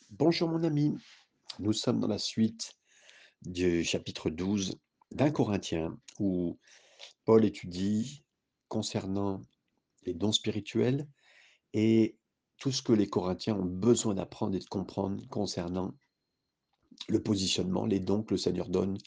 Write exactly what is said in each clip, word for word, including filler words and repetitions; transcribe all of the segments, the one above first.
Bonjour mon ami, nous sommes dans la suite du chapitre douze d'un Corinthien où Paul étudie concernant les dons spirituels et tout ce que les Corinthiens ont besoin d'apprendre et de comprendre concernant le positionnement, les dons que le Seigneur donne,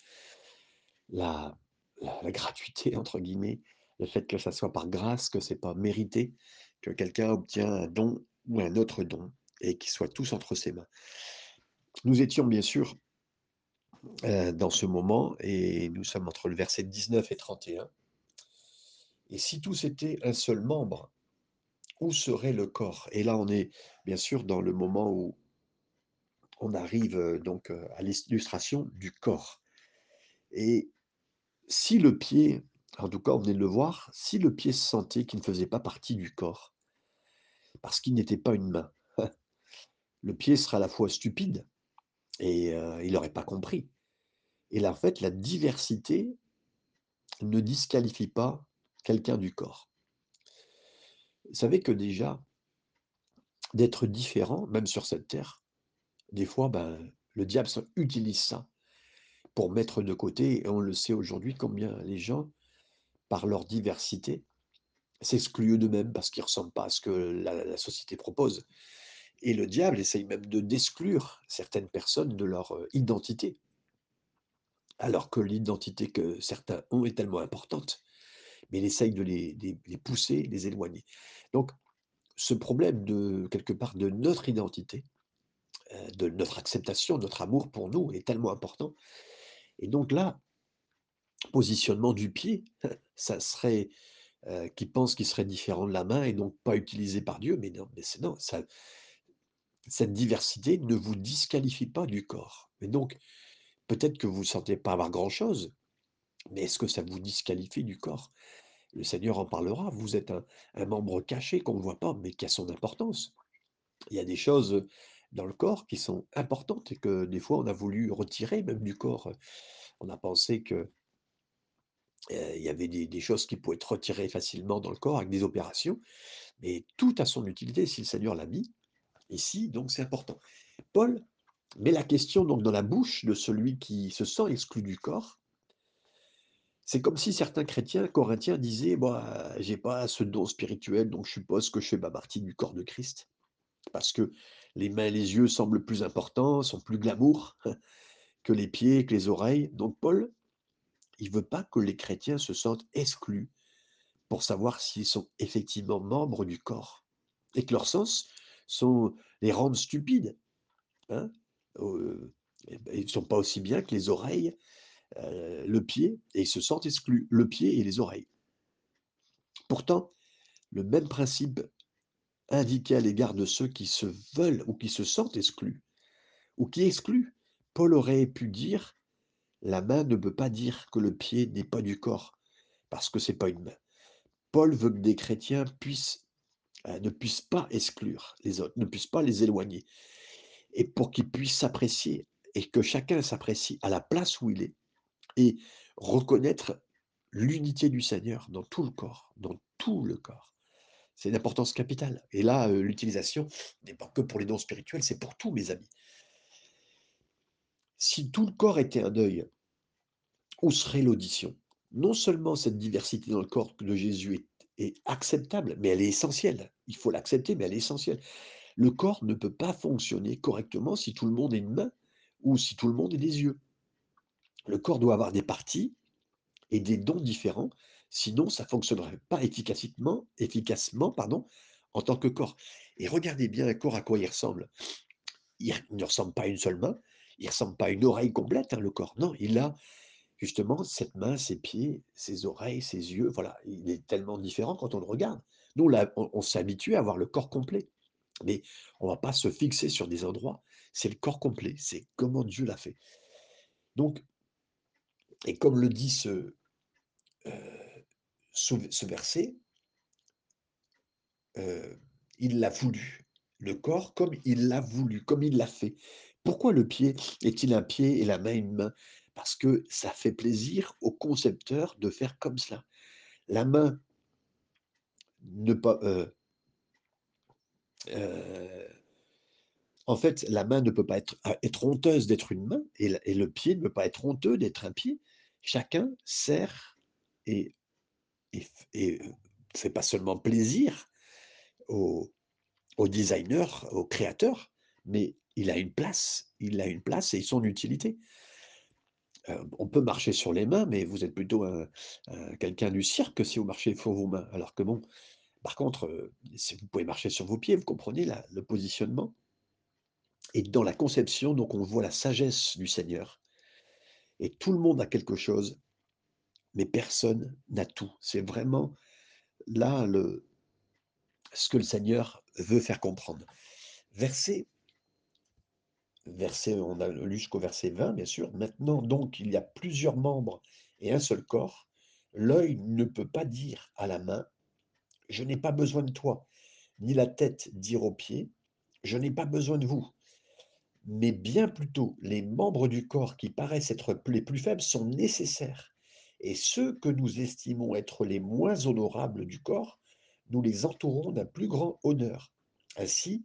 la, la, la gratuité entre guillemets, le fait que ça soit par grâce, que c'est pas mérité, que quelqu'un obtient un don ou un autre don et qu'ils soient tous entre ses mains. Nous étions bien sûr Heu, dans ce moment et nous sommes entre le verset dix-neuf et trente et un. «Et si tous étaient un seul membre, où serait le corps?» Et là, on est bien sûr dans le moment où on arrive, heu, donc, heu, à l'illustration du corps et si le pied, en tout cas on venait de le voir, si le pied se sentait qu'il ne faisait pas partie du corps, parce qu'il n'était pas une main, le pied serait à la fois stupide et heu, il n'aurait pas compris et là, en fait, la diversité ne disqualifie pas quelqu'un du corps. Vous savez que déjà, d'être différent, même sur cette terre, des fois, ben, le diable s utilise ça pour mettre de côté et on le sait aujourd'hui combien les gens, par leur diversité, s'excluent d'eux-mêmes parce qu'ils ressemblent pas à ce que la la société propose et le diable essaye même de d'exclure certaines personnes de leur, heu, identité, alors que l'identité que certains ont est tellement importante, mais il essaye de les les les pousser, les éloigner. Donc ce problème de quelque part de notre identité, heu, de notre acceptation, notre amour pour nous est tellement important et donc là, positionnement du pied, ça serait, heu, qui pense qu'il serait différent de la main et donc pas utilisé par Dieu, mais non, mais c'est non, ça cette diversité ne vous disqualifie pas du corps. Mais donc peut-être que vous ne sentez pas avoir grand-chose, mais est-ce que ça vous disqualifie du corps? Le Seigneur en parlera, vous êtes un un membre caché qu'on ne voit pas, mais qui a son importance. Il y a des choses, dans le corps qui sont importantes et que des fois on a voulu retirer même du corps, on a pensé que Heu, il y avait des des choses qui pouvaient être retirées facilement dans le corps avec des opérations, mais tout a son utilité si le Seigneur l'a mis ici, donc c'est important. Paul met la question donc dans la bouche de celui qui se sent exclu du corps. C'est comme si certains chrétiens corinthiens disaient: «Bah, j'ai pas ce don spirituel, donc je suppose que je fais pas partie du corps de Christ, parce que les mains et les yeux semblent plus importants, sont plus glamour que les pieds, que les oreilles». Donc Paul, il veut pas que les chrétiens se sentent exclus pour savoir s'ils sont effectivement membres du corps et que leurs sens sont les rendent stupides, hein. Heu, et bah, ils ne sont pas aussi bien que les oreilles, heu, le pied et ils se sentent exclus, le pied et les oreilles. Pourtant, le même principe indiqué à l'égard de ceux qui se veulent ou qui se sentent exclus ou qui excluent. Paul aurait pu dire: «La main ne peut pas dire que le pied n'est pas du corps, parce que c'est pas une main». Paul veut que des chrétiens puissent Heu, ne puissent pas exclure les autres, ne puissent pas les éloigner et pour qu'ils puissent s'apprécier et que chacun s'apprécie à la place où il est et reconnaître l'unité du Seigneur dans tout le corps, dans tout le corps. C'est une importance capitale et là, heu, l'utilisation n'est pas que pour les dons spirituels, c'est pour tout mes amis. Si tout le corps était un œil, où serait l'audition? Non seulement cette diversité dans le corps de Jésus est est acceptable, mais elle est essentielle. Il faut l'accepter, mais elle est essentielle. Le corps ne peut pas fonctionner correctement si tout le monde est une main ou si tout le monde est des yeux. Le corps doit avoir des parties et des dons différents, sinon ça fonctionnerait pas efficacement efficacement, pardon, en tant que corps. Et regardez bien un corps à quoi il ressemble. Il r ne ressemble pas à une seule main, il ressemble pas à une oreille complète, hein, le corps. Non, il a justement cette main, ses pieds, ses oreilles, ses yeux, voilà, il est tellement différent quand on le regarde. Nous, là, on on s'est habitué à voir le corps complet. Mais on va pas se fixer sur des endroits, c'est le corps complet, c'est comment Dieu l'a fait. Donc et comme le dit ce, heu, ce ce verset, heu, il l'a voulu. Le corps comme il l'a voulu, comme il l'a fait. Pourquoi le pied est-il un pied et la main une main? Parce que ça fait plaisir au concepteur de faire comme cela. La main ne pas, heu heu En fait, la main ne peut pas être a être honteuse d'être une main et la et le pied ne peut pas être honteux d'être un pied. Chacun sert et et f et heu, fait pas seulement plaisir au au designer, au créateur, mais il a une place, il a une place et son utilité. Heu, on peut marcher sur les mains, mais vous êtes plutôt un un quelqu'un du cirque si vous marchez sur vos mains. Alors que bon, par contre, heu, si vous pouvez marcher sur vos pieds, vous comprenez la le positionnement? Et dans la conception, donc on voit la sagesse du Seigneur et tout le monde a quelque chose, mais personne n'a tout. C'est vraiment là le ce que le Seigneur veut faire comprendre. Verset verset on a lu jusqu'au verset vingt bien sûr. Maintenant donc il y a plusieurs membres et un seul corps. L'œil ne peut pas dire à la main: «Je n'ai pas besoin de toi», ni la tête dire aux pieds: «Je n'ai pas besoin de vous». Mais bien plutôt, les membres du corps qui paraissent être p les plus faibles sont nécessaires. Et ceux que nous estimons être les moins honorables du corps, nous les entourons d'un plus grand honneur. Ainsi,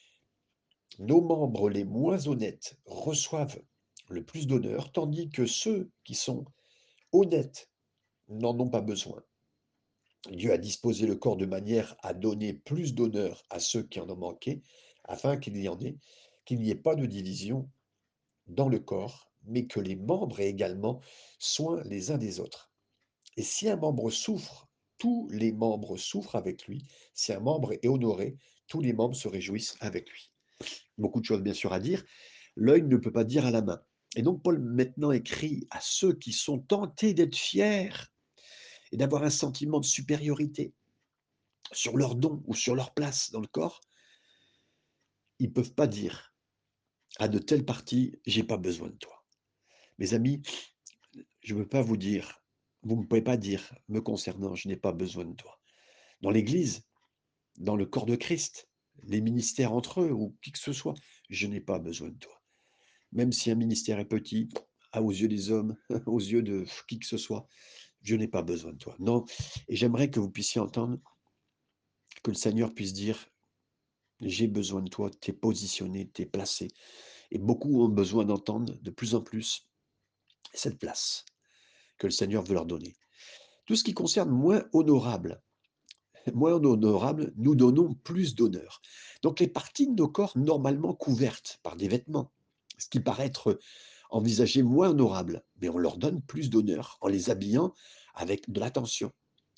nos membres les moins honnêtes reçoivent le plus d'honneur, tandis que ceux qui sont honnêtes n'en ont pas besoin. Dieu a disposé le corps de manière à donner plus d'honneur à ceux qui en ont manqué, afin qu'il y en ait, qu'il n'y ait pas de division dans le corps, mais que les membres aient également soin les uns des autres. Et si un membre souffre, tous les membres souffrent avec lui. Si un membre est honoré, tous les membres se réjouissent avec lui. Beaucoup de choses bien sûr à dire. L'œil ne peut pas dire à la main. Et donc Paul maintenant écrit à ceux qui sont tentés d'être fiers et d'avoir un sentiment de supériorité sur leur don ou sur leur place dans le corps. Ils ne peuvent pas dire à de telles parties, j'ai pas besoin de toi. Mes amis, je ne veux pas vous dire, vous ne pouvez pas dire me concernant, je n'ai pas besoin de toi. Dans l'Église, dans le corps de Christ, les ministères entre eux ou qui que ce soit, je n'ai pas besoin de toi. Même si un ministère est petit, à aux yeux des hommes, aux yeux de qui que ce soit, je n'ai pas besoin de toi. Non, et j'aimerais que vous puissiez entendre que le Seigneur puisse dire, j'ai besoin de toi, tu es positionné, tu es placé. Et beaucoup ont besoin d'entendre de plus en plus cette place que le Seigneur veut leur donner. Tout ce qui concerne moins honorable, moins honorable, nous donnons plus d'honneur. Donc les parties de nos corps normalement couvertes par des vêtements, ce qui paraît être envisagé moins honorable, mais on leur donne plus d'honneur en les habillant avec de l'attention.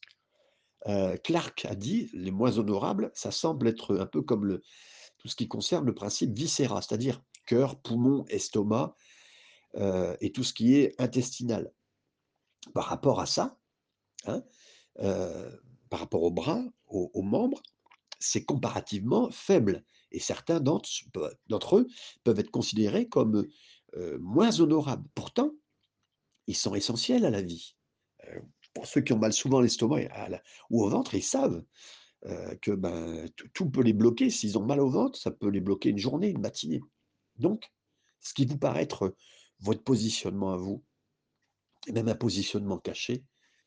Euh, Clark a dit, les moins honorables, ça semble être un peu comme le, tout ce qui concerne le principe viscéra, c'est-à-dire cœur, poumon, estomac, euh, et tout ce qui est intestinal. Par rapport à ça, hein, euh, par rapport aux bras, aux, aux membres, c'est comparativement faible. Et certains d'entre d'entre eux peuvent être considérés comme euh, moins honorables. Pourtant, ils sont essentiels à la vie. Euh, pour ceux qui ont mal souvent à l'estomac et à la- ou au ventre, ils savent euh, que ben, tout tout peut les bloquer. S'ils ont mal au ventre, ça peut les bloquer une journée, une matinée. Donc, ce qui vous paraît être votre positionnement à vous, et même un positionnement caché,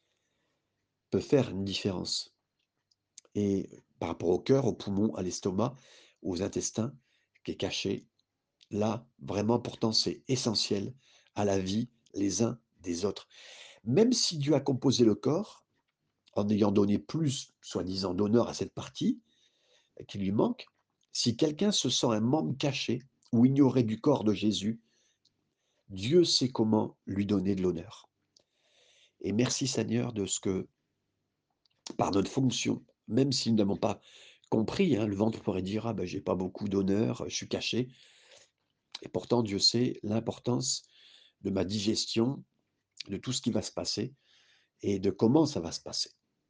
peut faire une différence. Et par rapport au cœur, aux poumons, à l'estomac, aux intestins, qui est caché, là, vraiment, pourtant, c'est essentiel à la vie les uns des autres. Même si Dieu a composé le corps, en ayant donné plus, soi-disant, d'honneur à cette partie euh, qui lui manque, si quelqu'un se sent un membre caché ou ignoré du corps de Jésus, Dieu sait comment lui donner de l'honneur. Et merci Seigneur de ce que, par notre fonction, même si nous n'avons pas compris, hein, le ventre pourrait dire, ah ben j'ai pas beaucoup d'honneur, je suis caché. Et pourtant, Dieu sait l'importance de ma digestion, de tout ce qui va se passer et de comment ça va se passer.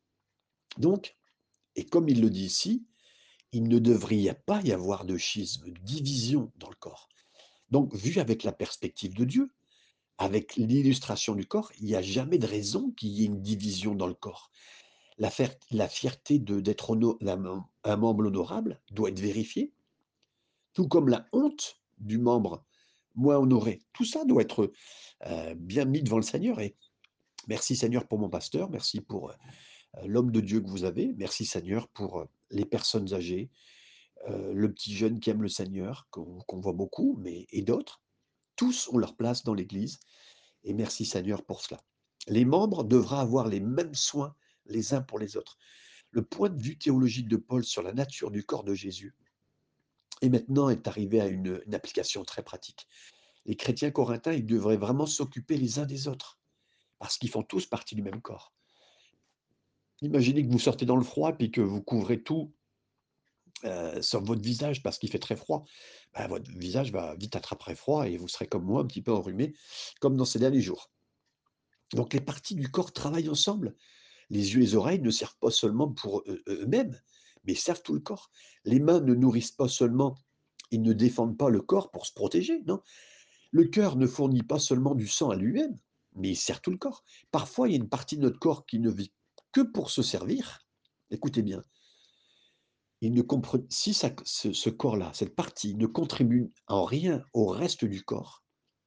Donc, et comme il le dit ici, il ne devrait pas y avoir de schisme, de division dans le corps. Donc, vu avec la perspective de Dieu, avec l'illustration du corps, il n'y a jamais de raison qu'il y ait une division dans le corps. La, fer- la fierté de- d'être hono- un un membre honorable doit être vérifiée, tout comme la honte du membre moins honoré. Tout ça doit être euh, bien mis devant le Seigneur. Et merci Seigneur pour mon pasteur, merci pour euh, l'homme de Dieu que vous avez, merci Seigneur pour euh, les personnes âgées, heu, le petit jeune qui aime le Seigneur, qu'on qu'on voit beaucoup, mais et d'autres. Tous ont leur place dans l'Église et merci Seigneur pour cela. Les membres devraient avoir les mêmes soins les uns pour les autres. Le point de vue théologique de Paul sur la nature du corps de Jésus et maintenant est arrivé à une, une application très pratique. Les chrétiens corinthiens, ils devraient vraiment s'occuper les uns des autres parce qu'ils font tous partie du même corps. Imaginez que vous sortez dans le froid puis que vous couvrez tout euh, sur votre visage parce qu'il fait très froid. Ben, votre visage va vite attraper froid et vous serez comme moi, un petit peu enrhumé, comme dans ces derniers jours. Donc les parties du corps travaillent ensemble. Les yeux et les oreilles ne servent pas seulement pour eux- eux-mêmes, mais servent tout le corps. Les mains ne nourrissent pas seulement, ils ne défendent pas le corps pour se protéger, non. Le cœur ne fournit pas seulement du sang à lui-même, mais il sert tout le corps. Parfois, il y a une partie de notre corps qui ne vit que pour se servir. Écoutez bien, il ne compre- si ça- ce, ce corps-là, cette partie, ne contribue en rien au reste du corps,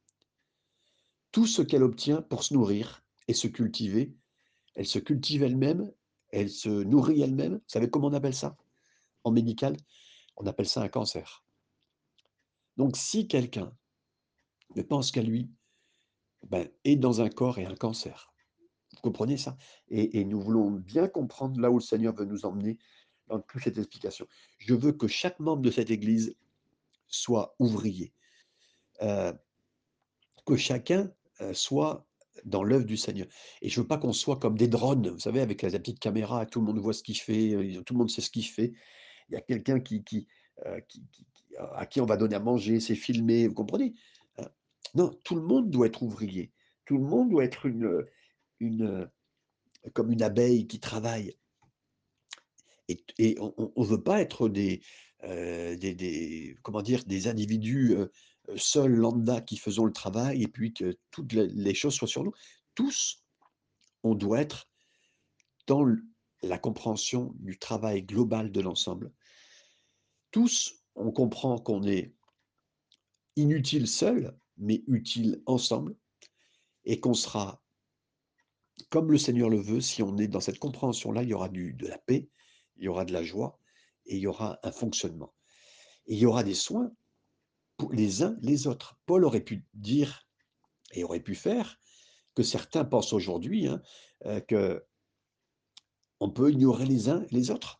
tout ce qu'elle obtient pour se nourrir et se cultiver, elle se cultive elle-même, elle se nourrit elle-même. Vous savez comment on appelle ça en médical? On appelle ça un cancer. Donc si quelqu'un ne pense qu'à lui, ben, est dans un corps et un cancer. Vous comprenez ça? Et, et nous voulons bien comprendre là où le Seigneur veut nous emmener dans toute cette explication. Je veux que chaque membre de cette Église soit ouvrier, euh, que chacun euh, soit dans l'œuvre du Seigneur. Et je veux pas qu'on soit comme des drones, vous savez, avec la, la petite caméra, tout le monde voit ce qu'il fait, euh, tout le monde sait ce qu'il fait. Il y a quelqu'un qui, qui, euh, qui- qui- qui- à qui on va donner à manger, c'est filmé, vous comprenez? Hein. Non, tout le monde doit être ouvrier. Tout le monde doit être une, une, comme une abeille qui travaille. Et, et on ne veut pas être des, euh, des, des- comment dire, des individus euh, euh, seuls, lambda, qui faisons le travail et puis que toutes les les choses soient sur nous. Tous, on doit être dans l- la compréhension du travail global de l'ensemble. Tous, on comprend qu'on est inutile seul, mais utile ensemble, et qu'on sera, comme le Seigneur le veut, si on est dans cette compréhension-là, il y aura du, de la paix, il y aura de la joie, et il y aura un fonctionnement. Et il y aura des soins pour les uns les autres. Paul aurait pu dire, et aurait pu faire, que certains pensent aujourd'hui, hein, euh, que on peut ignorer les uns et les autres.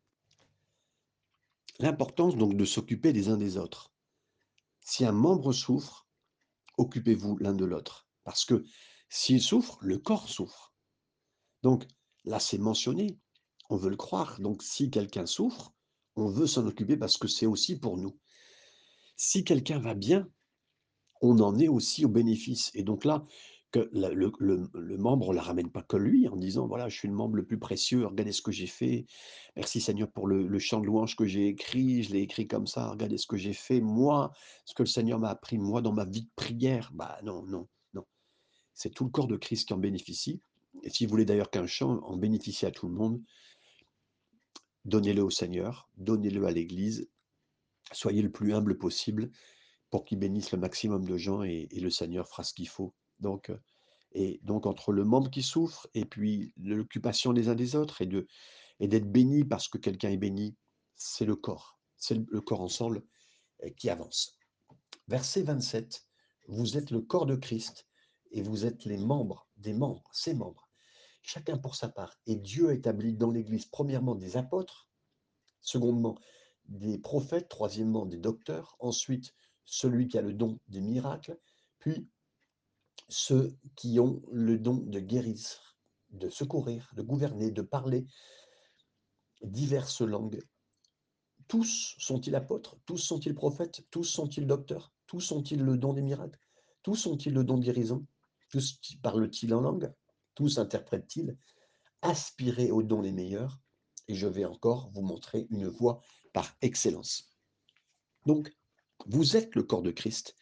L'importance donc de s'occuper les uns des autres. Si un membre souffre, occupez-vous l'un de l'autre. Parce que s'il souffre, le corps souffre. Donc là, c'est mentionné, on veut le croire. Donc si quelqu'un souffre, on veut s'en occuper parce que c'est aussi pour nous. Si quelqu'un va bien, on en est aussi au bénéfice. Et donc là, que la- le, le- le membre ne la ramène pas que lui en disant, voilà, je suis le membre le plus précieux, regardez ce que j'ai fait. Merci Seigneur pour le, le chant de louange que j'ai écrit, je l'ai écrit comme ça, regardez ce que j'ai fait, moi, ce que le Seigneur m'a appris, moi, dans ma vie de prière. Bah non, non, non. C'est tout le corps de Christ qui en bénéficie. Et si vous voulez d'ailleurs qu'un chant en bénéficie à tout le monde, donnez-le au Seigneur, donnez-le à l'Église, soyez le plus humble possible pour qu'il bénisse le maximum de gens et, et le Seigneur fera ce qu'il faut. Donc, euh, et donc entre le membre qui souffre et puis l'occupation des uns des autres et de et d'être béni parce que quelqu'un est béni, c'est le corps, c'est le, le corps ensemble euh, qui avance. Verset vingt-sept, vous êtes le corps de Christ et vous êtes les membres des membres, ses membres, chacun pour sa part. Et Dieu a établi dans l'Église premièrement des apôtres, secondement des prophètes, troisièmement des docteurs, ensuite celui qui a le don des miracles, puis ceux qui ont le don de guérir, de secourir, de gouverner, de parler diverses langues. Tous sont-ils apôtres? Tous sont-ils prophètes? Tous sont-ils docteurs? Tous sont-ils le don des miracles? Tous ont-ils le don de guérison? Tous parlent-ils en langue? Tous interprètent-ils? Aspirez aux dons les meilleurs, et je vais encore vous montrer une voie par excellence. Donc, vous êtes le corps de Christ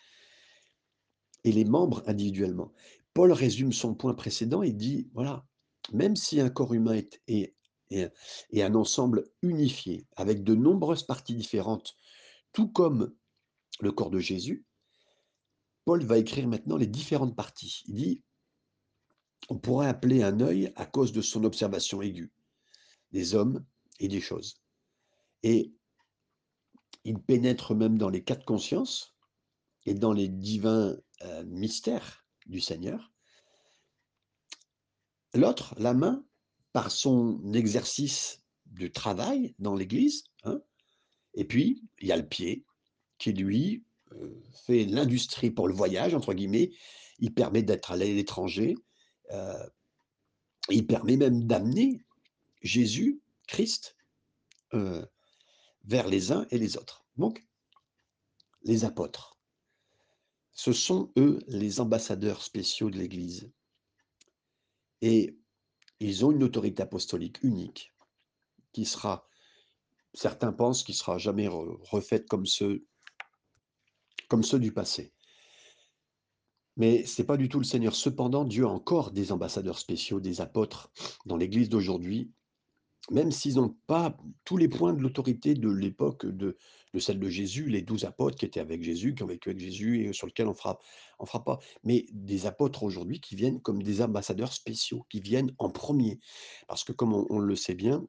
et les membres individuellement. Paul résume son point précédent et dit, voilà, même si un corps humain est, est, est, est un ensemble unifié, avec de nombreuses parties différentes, tout comme le corps de Jésus, Paul va écrire maintenant les différentes parties. Il dit, on pourrait appeler un œil à cause de son observation aiguë des hommes et des choses. Et Il pénètre même dans les quatre consciences et dans les divins, heu, mystères du Seigneur. L'autre, la main, par son exercice de travail dans l'église, hein, et puis il y a le pied qui lui, heu, fait «l'industrie pour le voyage» entre guillemets. Il permet d'être à l'étranger, heu, il permet même d'amener Jésus, Christ, heu, vers les uns et les autres. Donc les apôtres, ce sont eux les ambassadeurs spéciaux de l'Église et ils ont une autorité apostolique unique qui sera certains pensent qu'il sera jamais re refaite comme ceux comme ceux du passé. Mais c'est pas du tout le Seigneur. Cependant, Dieu a encore des ambassadeurs spéciaux, des apôtres dans l'Église d'aujourd'hui, même s'ils n'ont pas tous les points de l'autorité de l'époque de de celle de Jésus, les douze apôtres qui étaient avec Jésus, qui ont vécu avec Jésus et sur lequel on fera on fera pas. Mais des apôtres aujourd'hui qui viennent comme des ambassadeurs spéciaux, qui viennent en premier. Parce que comme on on le sait bien,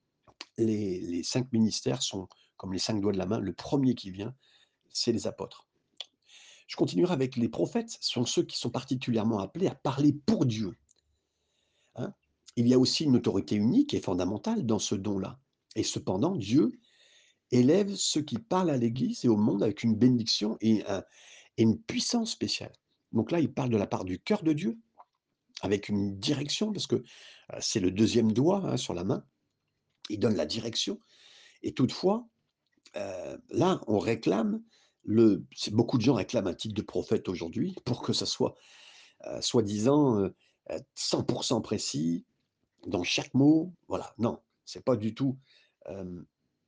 les les cinq ministères sont comme les cinq doigts de la main. Le premier qui vient, c'est les apôtres. Je continuerai avec les prophètes, ce sont ceux qui sont particulièrement appelés à parler pour Dieu, hein. Il y a aussi une autorité unique et fondamentale dans ce don-là. Et cependant, Dieu élève ceux qui parlent à l'Église et au monde avec une bénédiction et un et une puissance spéciale. Donc là, il parle de la part du cœur de Dieu, avec une direction, parce que, heu, c'est le deuxième doigt, hein, sur la main. Il donne la direction et toutefois, heu, là, on réclame le c'est beaucoup de gens réclament un titre de prophète aujourd'hui pour que ça soit, heu, soi-disant, heu heu, cent pour cent précis dans chaque mot. Voilà, non, c'est pas du tout, hem,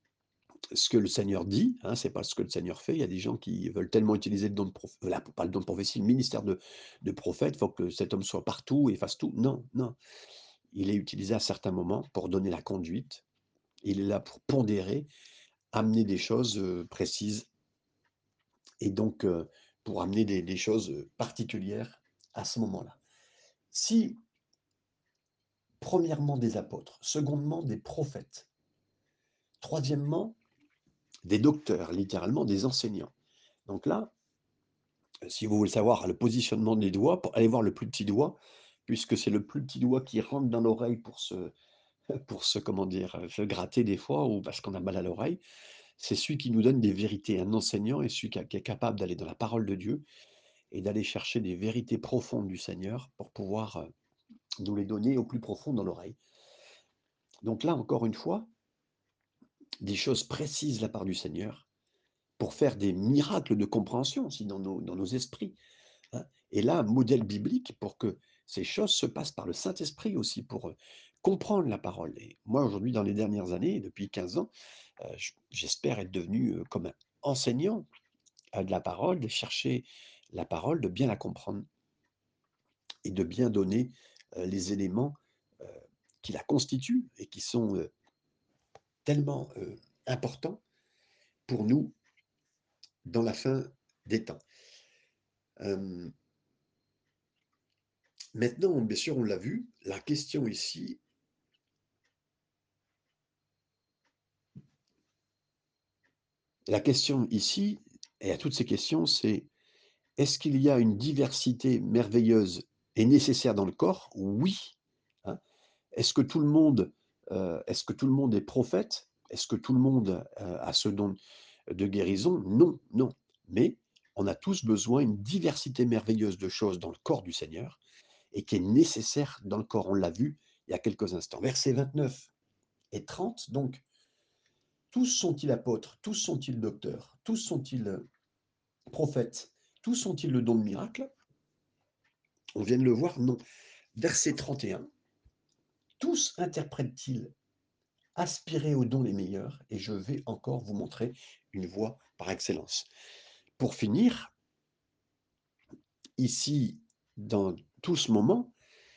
ce que le Seigneur dit, hein, c'est pas ce que le Seigneur fait. Il y a des gens qui veulent tellement utiliser le don de proph la pas le don de prophétie, le ministère de de prophète, il faut que cet homme soit partout et fasse tout. Non, non, il est utilisé à certains moments pour donner la conduite. Il est là pour pondérer, amener des choses, heu, précises et donc heu, pour amener des des choses, heu, particulières à ce moment-là. Si, premièrement des apôtres, secondement des prophètes, troisièmement des docteurs, littéralement des enseignants. Donc là, heu, si vous voulez savoir le positionnement des doigts, pour allez voir le plus petit doigt, puisque c'est le plus petit doigt qui rentre dans l'oreille pour se pour se comment dire? Heu, se gratter des fois ou parce qu'on a mal à l'oreille. C'est celui qui nous donne des vérités. Un enseignant est celui qui a qui est capable d'aller dans la parole de Dieu et d'aller chercher des vérités profondes du Seigneur pour pouvoir, heu, nous les donner au plus profond dans l'oreille. Donc là, encore une fois, des choses précises de la part du Seigneur pour faire des miracles de compréhension aussi dans nos dans nos esprits, hein. Et là, un modèle biblique pour que ces choses se passent par le Saint-Esprit aussi pour, heu, comprendre la parole. Et moi, aujourd'hui, dans les dernières années, depuis quinze ans, heu, j j'espère être devenu, heu, comme un enseignant, heu, de la parole, de chercher la parole, de bien la comprendre et de bien donner, heu, les éléments, heu, qui la constituent et qui sont, heu, tellement, heu, importants pour nous dans la fin des temps. Hem, Maintenant, bien sûr, on l'a vu, la question ici la question ici et à toutes ces questions, c'est: «Est-ce qu'il y a une diversité merveilleuse et nécessaire dans le corps?» Oui, hein. Est-ce que tout le monde, heu, est-ce que tout le monde est prophète? Est-ce que tout le monde, heu, a ce don de guérison? Non, non. Mais on a tous besoin d'une diversité merveilleuse de choses dans le corps du Seigneur et qui est nécessaire dans le corps. On l'a vu il y a quelques instants. Versets vingt-neuf et trente donc: «Tous sont-ils apôtres? Tous sont-ils docteurs? Tous sont-ils, heu, prophètes? Tous ont-ils le don de miracle?» On vient de le voir, non. Verset trente et un: «Tous interprètent-ils? Aspirez aux dons les meilleurs et je vais encore vous montrer une voie par excellence.» Pour finir, ici, dans tout ce moment,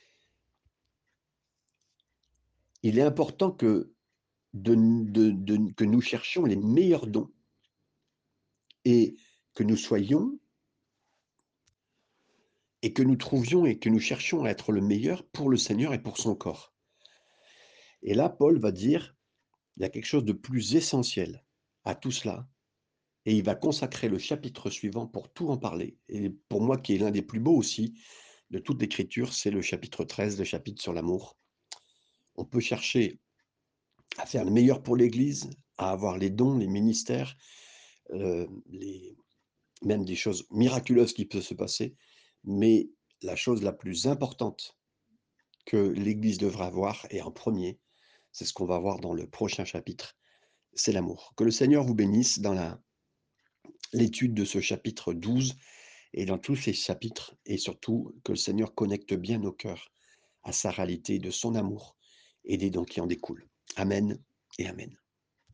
il est important que de n de de que nous cherchions les meilleurs dons et que nous soyons et que nous trouvions et que nous cherchions à être le meilleur pour le Seigneur et pour son corps. Et là, Paul va dire: «Il y a quelque chose de plus essentiel à tout cela, et il va consacrer le chapitre suivant pour tout en parler et pour moi qui est l'un des plus beaux aussi de toute l'écriture, c'est le chapitre treize, le chapitre sur l'amour. On peut chercher à faire le meilleur pour l'Église, à avoir les dons, les ministères, heu, les même des choses miraculeuses qui peuvent se passer, mais la chose la plus importante que l'Église devrait avoir et en premier, c'est ce qu'on va voir dans le prochain chapitre, c'est l'amour. Que le Seigneur vous bénisse dans la l'étude de ce chapitre douze et dans tous ces chapitres et surtout que le Seigneur connecte bien nos cœurs à sa réalité de son amour et des dons qui en découlent. Amen et amen.